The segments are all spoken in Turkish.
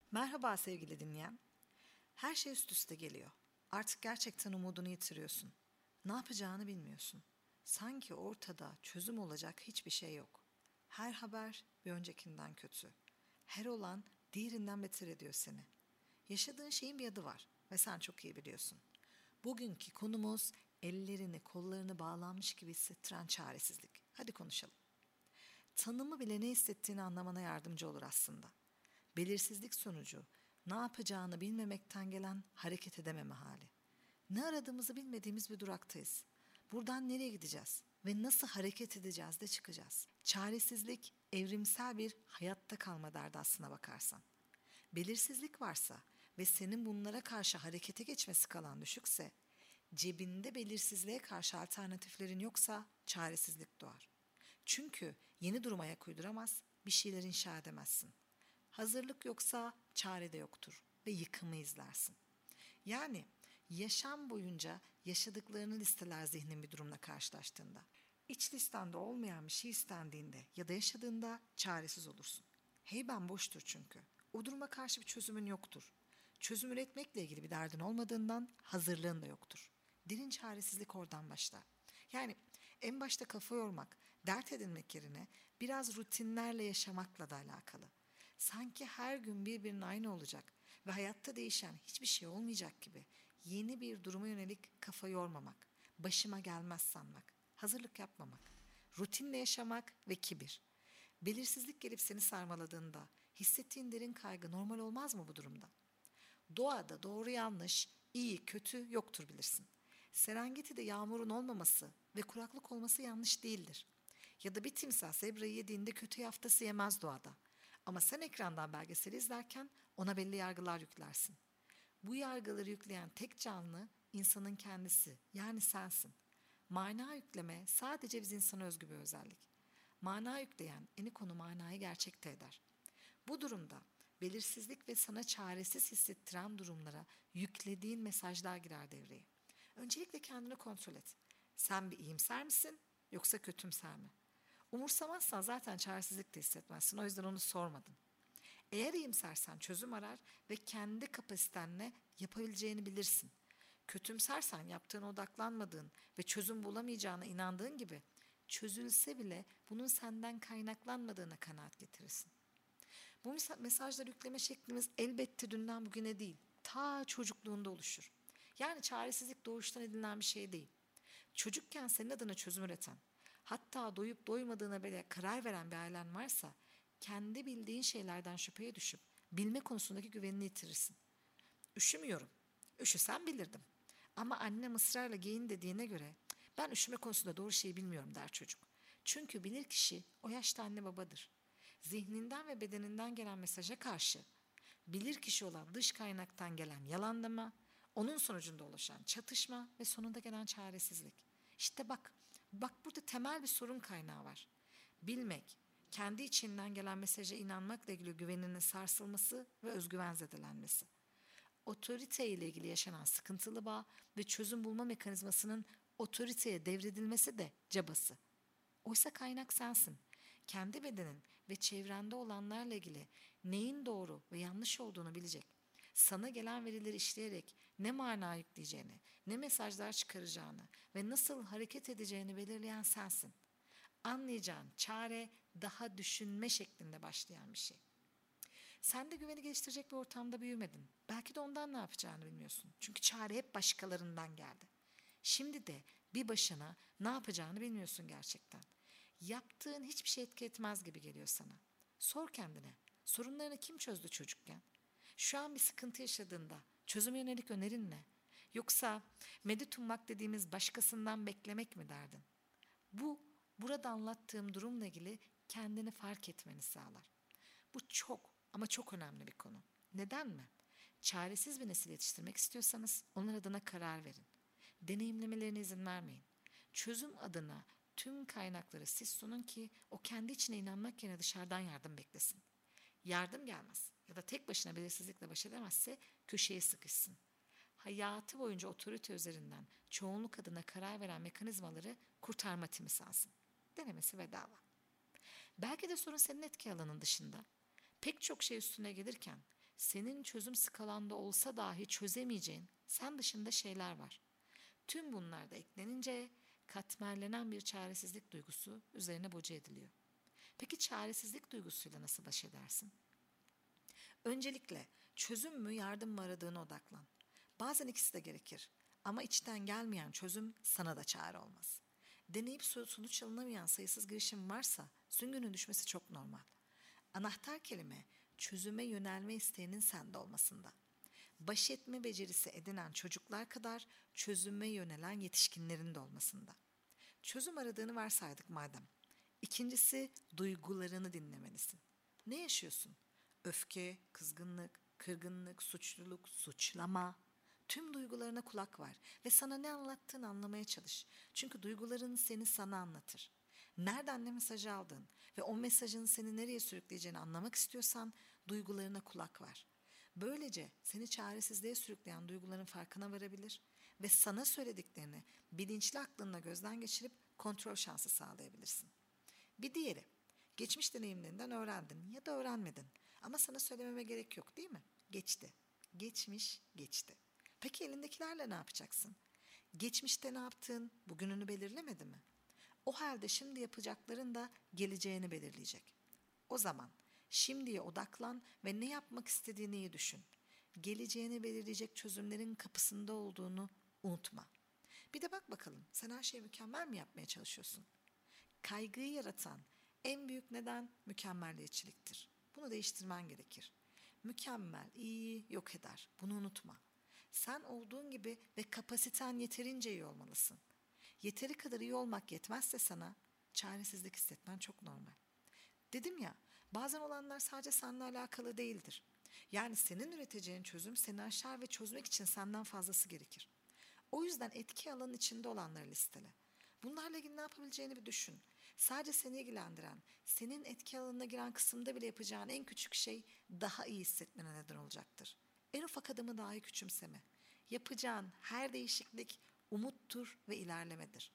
Merhaba sevgili dinleyen. Her şey üst üste geliyor. Artık gerçekten umudunu yitiriyorsun. Ne yapacağını bilmiyorsun. Sanki ortada çözüm olacak hiçbir şey yok. Her haber bir öncekinden kötü. Her olan diğerinden beter ediyor seni. Yaşadığın şeyin bir adı var ve sen çok iyi biliyorsun. Bugünkü konumuz ellerini kollarını bağlanmış gibi hissettiren çaresizlik. Hadi konuşalım. Tanımı bile ne hissettiğini anlamana yardımcı olur aslında. Belirsizlik sonucu ne yapacağını bilmemekten gelen hareket edememe hali. Ne aradığımızı bilmediğimiz bir duraktayız. Buradan nereye gideceğiz ve nasıl hareket edeceğiz de çıkacağız. Çaresizlik evrimsel bir hayatta kalma derdi aslına bakarsan. Belirsizlik varsa ve senin bunlara karşı harekete geçme skalan düşükse, cebinde belirsizliğe karşı alternatiflerin yoksa çaresizlik doğar. Çünkü yeni duruma ayak uyduramaz, bir şeyler inşa edemezsin. Hazırlık yoksa çare de yoktur ve yıkımı izlersin. Yani yaşam boyunca yaşadıklarını listeler zihnin bir durumla karşılaştığında. İç listende olmayan bir şey istendiğinde ya da yaşadığında çaresiz olursun. Heyben boştur çünkü. O duruma karşı bir çözümün yoktur. Çözüm üretmekle ilgili bir derdin olmadığından hazırlığın da yoktur. Derin çaresizlik oradan başlar. Yani en başta kafa yormak, dert edinmek yerine biraz rutinlerle yaşamakla da alakalı. Sanki her gün birbirinin aynı olacak ve hayatta değişen hiçbir şey olmayacak gibi yeni bir duruma yönelik kafa yormamak, başıma gelmez sanmak, hazırlık yapmamak, rutinle yaşamak ve kibir. Belirsizlik gelip seni sarmaladığında hissettiğin derin kaygı normal olmaz mı bu durumda? Doğada doğru yanlış, iyi kötü yoktur bilirsin. Serengeti'de yağmurun olmaması ve kuraklık olması yanlış değildir. Ya da bir timsah zebrayı yediğinde kötü yaftası yemez doğada. Ama sen ekrandan belgeseli izlerken ona belli yargılar yüklersin. Bu yargıları yükleyen tek canlı insanın kendisi, yani sensin. Mana yükleme sadece biz insana özgü bir özellik. Mana yükleyen en konu manayı gerçekte eder. Bu durumda belirsizlik ve sana çaresiz hissettiren durumlara yüklediğin mesajlar girer devreye. Öncelikle kendini kontrol et. Sen bir iyimser misin yoksa kötümser mi? Umursamazsan zaten çaresizlik de hissetmezsin. O yüzden onu sormadın. Eğer iyimsersen çözüm arar ve kendi kapasitenle yapabileceğini bilirsin. Kötümsersen yaptığına odaklanmadığın ve çözüm bulamayacağına inandığın gibi çözülse bile bunun senden kaynaklanmadığına kanaat getirirsin. Bu mesajları yükleme şeklimiz elbette dünden bugüne değil, ta çocukluğunda oluşur. Yani çaresizlik doğuştan edinilen bir şey değil. Çocukken senin adına çözüm üreten, hatta doyup doymadığına bile karar veren bir ailen varsa, kendi bildiğin şeylerden şüpheye düşüp bilme konusundaki güvenini yitirirsin. Üşümüyorum. Üşüsem bilirdim. Ama annem ısrarla giyin dediğine göre ben üşüme konusunda doğru şeyi bilmiyorum der çocuk. Çünkü bilir kişi o yaşta anne babadır. Zihninden ve bedeninden gelen mesaja karşı bilir kişi olan dış kaynaktan gelen yalanlama, onun sonucunda oluşan çatışma ve sonunda gelen çaresizlik. İşte bak burada temel bir sorun kaynağı var. Bilmek, kendi içinden gelen mesaja inanmakla ilgili güveninin sarsılması ve özgüven zedelenmesi. Otorite ile ilgili yaşanan sıkıntılı bağ ve çözüm bulma mekanizmasının otoriteye devredilmesi de cabası. Oysa kaynak sensin. Kendi bedenin ve çevrende olanlarla ilgili neyin doğru ve yanlış olduğunu bilecek. Sana gelen verileri işleyerek ne mana yükleyeceğini, ne mesajlar çıkaracağını ve nasıl hareket edeceğini belirleyen sensin. Anlayacağın çare daha düşünme şeklinde başlayan bir şey. Sen de güveni geliştirecek bir ortamda büyümedin. Belki de ondan ne yapacağını bilmiyorsun. Çünkü çare hep başkalarından geldi. Şimdi de bir başına ne yapacağını bilmiyorsun gerçekten. Yaptığın hiçbir şey etki etmez gibi geliyor sana. Sor kendine. Sorunlarını kim çözdü çocukken? Şu an bir sıkıntı yaşadığında çözüme yönelik önerin ne? Yoksa medet ummak dediğimiz başkasından beklemek mi derdin? Burada anlattığım durumla ilgili kendini fark etmeni sağlar. Bu çok ama çok önemli bir konu. Neden mi? Çaresiz bir nesil yetiştirmek istiyorsanız onlar adına karar verin. Deneyimlemelerine izin vermeyin. Çözüm adına tüm kaynakları siz sunun ki o kendi içine inanmak yerine dışarıdan yardım beklesin. Yardım gelmez ya da tek başına belirsizlikle baş edemezse köşeye sıkışsın. Hayatı boyunca otorite üzerinden çoğunluk adına karar veren mekanizmaları kurtarma timi sansın. Denemesi bedava. Belki de sorun senin etki alanın dışında. Pek çok şey üstüne gelirken senin çözüm skalanda olsa dahi çözemeyeceğin sen dışında şeyler var. Tüm bunlar da eklenince katmerlenen bir çaresizlik duygusu üzerine boca ediliyor. Peki çaresizlik duygusuyla nasıl baş edersin? Öncelikle çözüm mü yardım mı aradığına odaklan. Bazen ikisi de gerekir. Ama içten gelmeyen çözüm sana da çare olmaz. Deneyip sonuç alınamayan sayısız girişim varsa süngünün düşmesi çok normal. Anahtar kelime çözüme yönelme isteğinin sende olmasında. Baş etme becerisi edinen çocuklar kadar çözüme yönelen yetişkinlerin de olmasında. Çözüm aradığını varsaydık madem. İkincisi duygularını dinlemelisin. Ne yaşıyorsun? Öfke, kızgınlık, kırgınlık, suçluluk, suçlama. Tüm duygularına kulak ver ve sana ne anlattığını anlamaya çalış. Çünkü duyguların seni sana anlatır. Nereden ne mesajı aldın ve o mesajın seni nereye sürükleyeceğini anlamak istiyorsan duygularına kulak ver. Böylece seni çaresizliğe sürükleyen duyguların farkına varabilir ve sana söylediklerini bilinçli aklınla gözden geçirip kontrol şansı sağlayabilirsin. Bir diğeri, geçmiş deneyimlerinden öğrendin ya da öğrenmedin ama sana söylememe gerek yok değil mi? Geçti. Geçmiş geçti. Peki elindekilerle ne yapacaksın? Geçmişte ne yaptığın bugününü belirlemedi mi? O halde şimdi yapacakların da geleceğini belirleyecek. O zaman şimdiye odaklan ve ne yapmak istediğini iyi düşün. Geleceğini belirleyecek çözümlerin kapısında olduğunu unutma. Bir de bak bakalım sen her şeyi mükemmel mi yapmaya çalışıyorsun? Kaygıyı yaratan en büyük neden mükemmelliyetçiliktir. Bunu değiştirmen gerekir. Mükemmel, iyi yok eder. Bunu unutma. Sen olduğun gibi ve kapasiten yeterince iyi olmalısın. Yeteri kadar iyi olmak yetmezse sana çaresizlik hissetmen çok normal. Dedim ya, bazen olanlar sadece seninle alakalı değildir. Yani senin üreteceğin çözüm seni aşar ve çözmek için senden fazlası gerekir. O yüzden etki alanın içinde olanları listele. Bunlarla ilgili ne yapabileceğini bir düşün. Sadece seni ilgilendiren, senin etki alanına giren kısımda bile yapacağın en küçük şey daha iyi hissetmene neden olacaktır. En ufak adımı dahi küçümseme. Yapacağın her değişiklik umuttur ve ilerlemedir.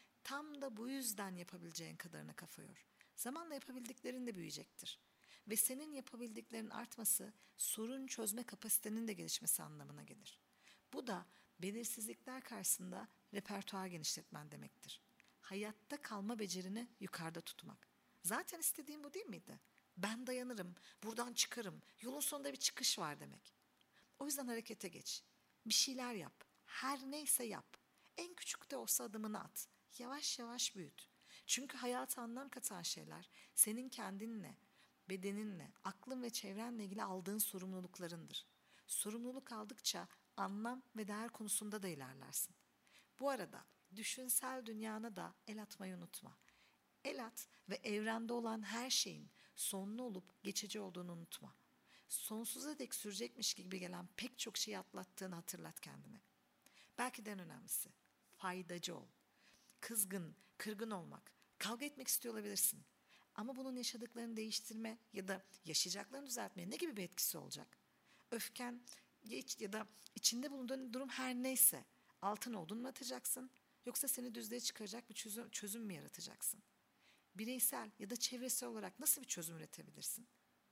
Tam da bu yüzden yapabileceğin kadarına kafa yor. Zamanla yapabildiklerin de büyüyecektir. Ve senin yapabildiklerin artması sorun çözme kapasitenin de gelişmesi anlamına gelir. Bu da belirsizlikler karşısında repertuar genişletmen demektir. Hayatta kalma becerini yukarıda tutmak. Zaten istediğim bu değil miydi? Ben dayanırım, buradan çıkarım, yolun sonunda bir çıkış var demek. O yüzden harekete geç. Bir şeyler yap. Her neyse yap. En küçük de olsa adımını at. Yavaş yavaş büyüt. Çünkü hayata anlam katan şeyler senin kendinle, bedeninle, aklın ve çevrenle ilgili aldığın sorumluluklarındır. Sorumluluk aldıkça anlam ve değer konusunda da ilerlersin. Bu arada düşünsel dünyana da el atmayı unutma. El at ve evrende olan her şeyin sonlu olup geçici olduğunu unutma. Sonsuza dek sürecekmiş gibi gelen pek çok şeyi atlattığını hatırlat kendine. Belki de en önemlisi faydacı ol. Kızgın, kırgın olmak, kavga etmek istiyor olabilirsin. Ama bunun yaşadıklarını değiştirme ya da yaşayacaklarını düzeltmeye ne gibi bir etkisi olacak? Öfken ya da içinde bulunduğun durum her neyse altın olduğunu mu atacaksın? Yoksa seni düzlüğe çıkaracak bir çözüm mü yaratacaksın? Bireysel ya da çevresel olarak nasıl bir çözüm üretebilirsin?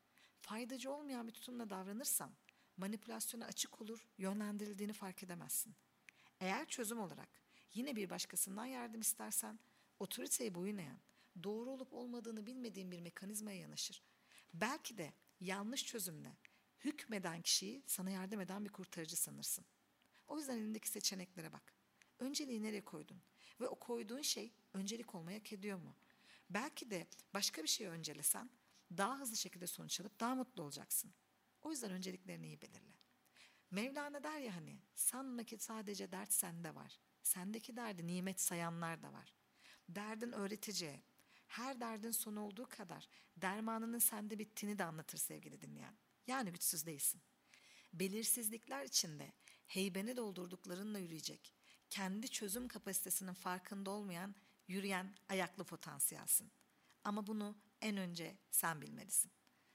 Faydacı olmayan bir tutumla davranırsan manipülasyona açık olur, yönlendirildiğini fark edemezsin. Eğer çözüm olarak yine bir başkasından yardım istersen otoriteye boyun eğen, doğru olup olmadığını bilmediğin bir mekanizmaya yanaşır. Belki de yanlış çözümle hükmeden kişiyi sana yardım eden bir kurtarıcı sanırsın. O yüzden elindeki seçeneklere bak. Önceliği nereye koydun? Ve o koyduğun şey öncelik olmayı hak ediyor mu? Belki de başka bir şeyi öncelesen daha hızlı şekilde sonuç alıp daha mutlu olacaksın. O yüzden önceliklerini iyi belirle. Mevlana der ya hani sanma ki sadece dert sende var. Sendeki derdi nimet sayanlar da var. Derdin öğreteceği, her derdin sonu olduğu kadar dermanının sende bittiğini de anlatır sevgili dinleyen. Yani güçsüz değilsin. Belirsizlikler içinde heybeni doldurduklarınla yürüyecek, kendi çözüm kapasitesinin farkında olmayan, yürüyen ayaklı potansiyelsin. Ama bunu en önce sen bilmelisin.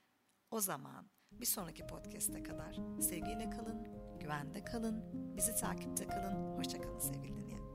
O zaman bir sonraki podcast'e kadar sevgiyle kalın, güvende kalın, bizi takipte kalın, hoşça kalın sevgili dinleyen.